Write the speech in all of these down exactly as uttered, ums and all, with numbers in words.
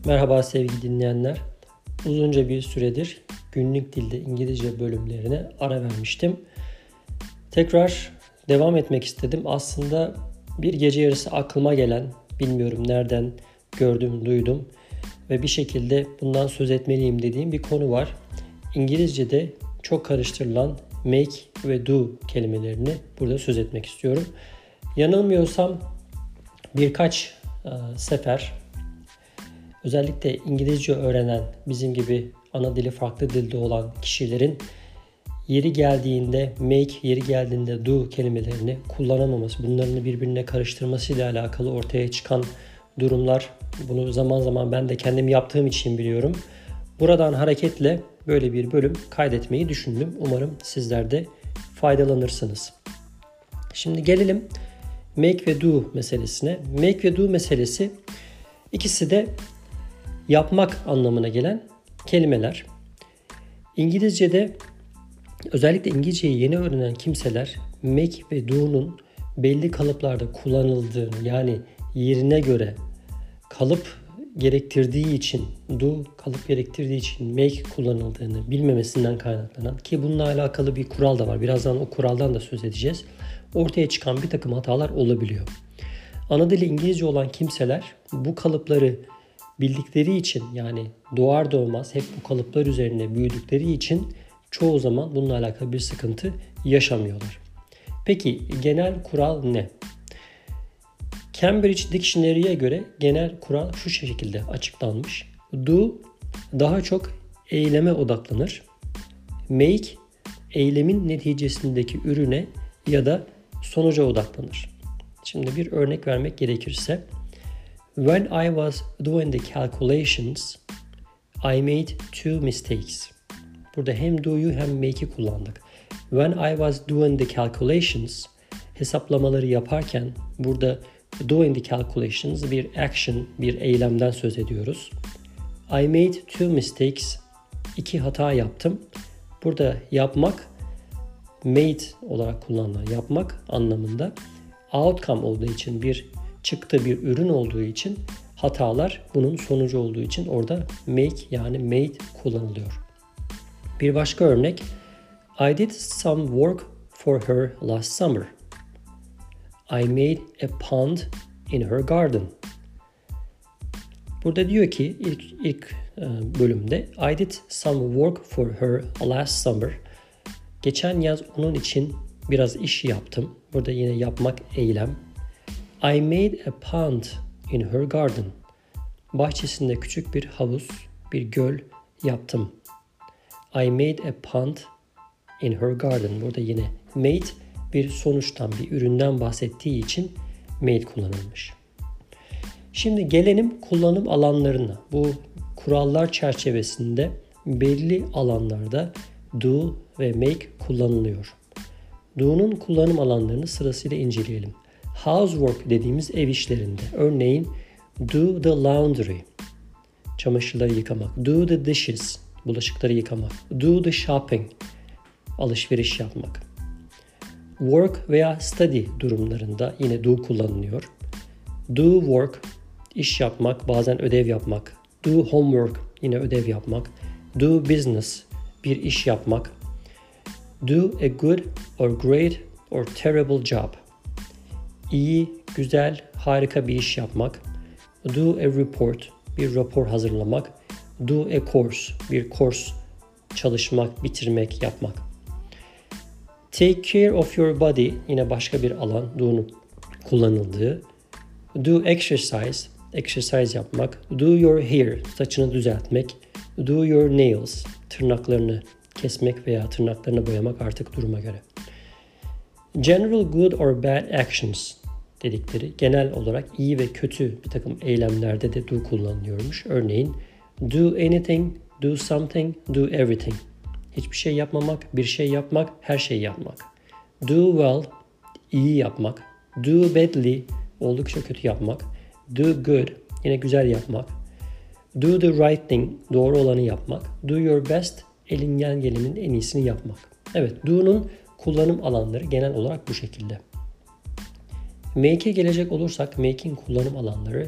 Merhaba sevgili dinleyenler. Uzunca bir süredir günlük dilde İngilizce bölümlerine ara vermiştim. Tekrar devam etmek istedim. Aslında bir gece yarısı aklıma gelen, bilmiyorum nereden gördüm, duydum ve bir şekilde bundan söz etmeliyim dediğim bir konu var. İngilizce'de çok karıştırılan make ve do kelimelerini burada söz etmek istiyorum. Yanılmıyorsam birkaç sefer özellikle İngilizce öğrenen, bizim gibi ana dili farklı dilde olan kişilerin yeri geldiğinde make, yeri geldiğinde do kelimelerini kullanamaması, bunların birbirine karıştırmasıyla alakalı ortaya çıkan durumlar. Bunu zaman zaman ben de kendim yaptığım için biliyorum. Buradan hareketle böyle bir bölüm kaydetmeyi düşündüm. Umarım sizler de faydalanırsınız. Şimdi gelelim make ve do meselesine. Make ve do meselesi ikisi de yapmak anlamına gelen kelimeler. İngilizce'de özellikle İngilizceyi yeni öğrenen kimseler make ve do'nun belli kalıplarda kullanıldığını, yani yerine göre kalıp gerektirdiği için, do kalıp gerektirdiği için make kullanıldığını bilmemesinden kaynaklanan, ki bununla alakalı bir kural da var. Birazdan o kuraldan da söz edeceğiz. Ortaya çıkan bir takım hatalar olabiliyor. Ana dili İngilizce olan kimseler bu kalıpları bildikleri için, yani doğar doğmaz hep bu kalıplar üzerine büyüdükleri için çoğu zaman bununla alakalı bir sıkıntı yaşamıyorlar. Peki genel kural ne? Cambridge Dictionary'e göre genel kural şu şekilde açıklanmış. Do daha çok eyleme odaklanır. Make eylemin neticesindeki ürüne ya da sonuca odaklanır. Şimdi bir örnek vermek gerekirse, when I was doing the calculations, I made two mistakes. Burada hem do'yu hem make'i kullandık. When I was doing the calculations, hesaplamaları yaparken burada doing the calculations bir action, bir eylemden söz ediyoruz. I made two mistakes, iki hata yaptım. Burada yapmak, made olarak kullanılan yapmak anlamında, outcome olduğu için, bir çıktı, bir ürün olduğu için, hatalar bunun sonucu olduğu için orada make yani made kullanılıyor. Bir başka örnek, I did some work for her last summer. I made a pond in her garden. Burada diyor ki ilk ilk bölümde I did some work for her last summer. Geçen yaz onun için biraz iş yaptım. Burada yine yapmak eylem. I made a pond in her garden. Bahçesinde küçük bir havuz, bir göl yaptım. I made a pond in her garden. Burada yine made bir sonuçtan, bir üründen bahsettiği için made kullanılmış. Şimdi gelelim kullanım alanlarına. Bu kurallar çerçevesinde belli alanlarda do ve make kullanılıyor. Do'nun kullanım alanlarını sırasıyla inceleyelim. Housework dediğimiz ev işlerinde, örneğin do the laundry, çamaşırları yıkamak, do the dishes, bulaşıkları yıkamak, do the shopping, alışveriş yapmak. Work veya study durumlarında yine do kullanılıyor. Do work, iş yapmak, bazen ödev yapmak. Do homework, yine ödev yapmak. Do business, bir iş yapmak. Do a good or great or terrible job. İyi, güzel, harika bir iş yapmak. Do a report, bir rapor hazırlamak. Do a course, bir kurs çalışmak, bitirmek, yapmak. Take care of your body, yine başka bir alan do'nun kullanıldığı. Do exercise, exercise yapmak. Do your hair, saçını düzeltmek. Do your nails, tırnaklarını kesmek veya tırnaklarını boyamak artık duruma göre. General good or bad actions dedikleri, genel olarak iyi ve kötü bir takım eylemlerde de do kullanılıyormuş. Örneğin do anything, do something, do everything. Hiçbir şey yapmamak, bir şey yapmak, her şeyi yapmak. Do well, iyi yapmak. Do badly, oldukça kötü yapmak. Do good, yine güzel yapmak. Do the right thing, doğru olanı yapmak. Do your best, elinden gelenin en iyisini yapmak. Evet, do'nun kullanım alanları genel olarak bu şekilde. Make'e gelecek olursak, make'in kullanım alanları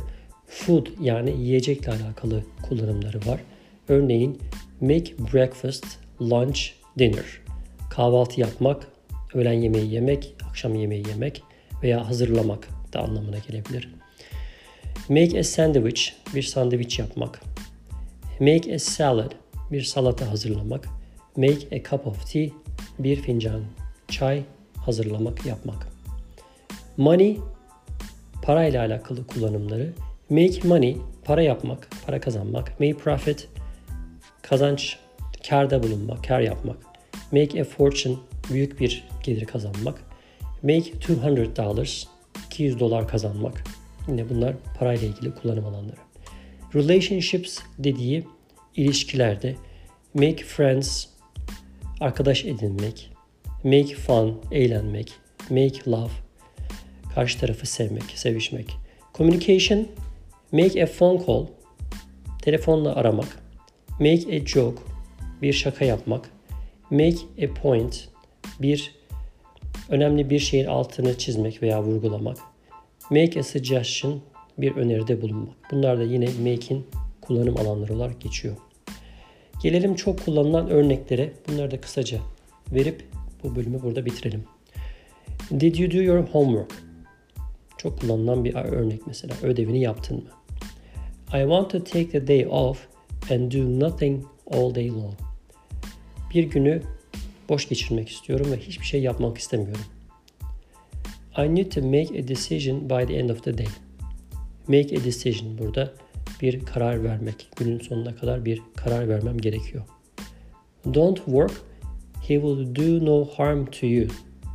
Food yani yiyecekle alakalı kullanımları var. Örneğin make breakfast, lunch, dinner. Kahvaltı yapmak, öğlen yemeği yemek, akşam yemeği yemek veya hazırlamak da anlamına gelebilir. Make a sandwich, bir sandviç yapmak. Make a salad, bir salata hazırlamak. Make a cup of tea, bir fincan çay hazırlamak, yapmak. Money, parayla alakalı kullanımları. Make money, para yapmak, para kazanmak. Make profit, kazanç, kârda bulunmak, kâr yapmak. Make a fortune, büyük bir gelir kazanmak. Make two hundred dollars, iki yüz dolar kazanmak. Yine bunlar parayla ilgili kullanım alanları. Relationships dediği ilişkilerde make friends, arkadaş edinmek. Make fun, eğlenmek. Make love, karşı tarafı sevmek, sevişmek. Communication, make a phone call, telefonla aramak. Make a joke, bir şaka yapmak. Make a point, bir önemli bir şeyin altını çizmek veya vurgulamak. Make a suggestion, bir öneride bulunmak. Bunlar da yine make'in kullanım alanları olarak geçiyor. Gelelim çok kullanılan örneklere. Bunları da kısaca verip bu bölümü burada bitirelim. Did you do your homework? Çok kullanılan bir örnek mesela. Ödevini yaptın mı? I want to take the day off and do nothing all day long. Bir günü boş geçirmek istiyorum ve hiçbir şey yapmak istemiyorum. I need to make a decision by the end of the day. Make a decision burada bir karar vermek. Günün sonuna kadar bir karar vermem gerekiyor. Don't work, he will do no harm to you.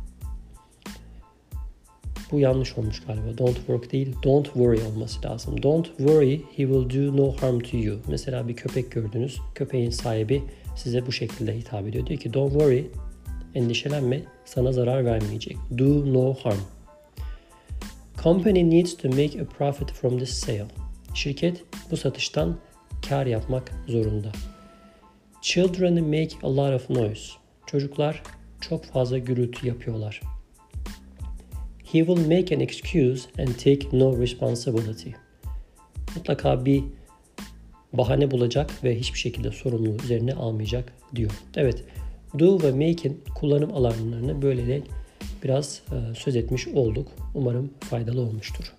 Bu yanlış olmuş galiba. Don't work değil, don't worry olması lazım. Don't worry, he will do no harm to you. Mesela bir köpek gördünüz. Köpeğin sahibi size bu şekilde hitap ediyor. Diyor ki don't worry, endişelenme, sana zarar vermeyecek. Do no harm. Company needs to make a profit from this sale. Şirket bu satıştan kar yapmak zorunda. Children make a lot of noise. Çocuklar çok fazla gürültü yapıyorlar. He will make an excuse and take no responsibility. Mutlaka bir bahane bulacak ve hiçbir şekilde sorumluluğu üzerine almayacak diyor. Evet, do ve make'in kullanım alanlarını böyle biraz söz etmiş olduk. Umarım faydalı olmuştur.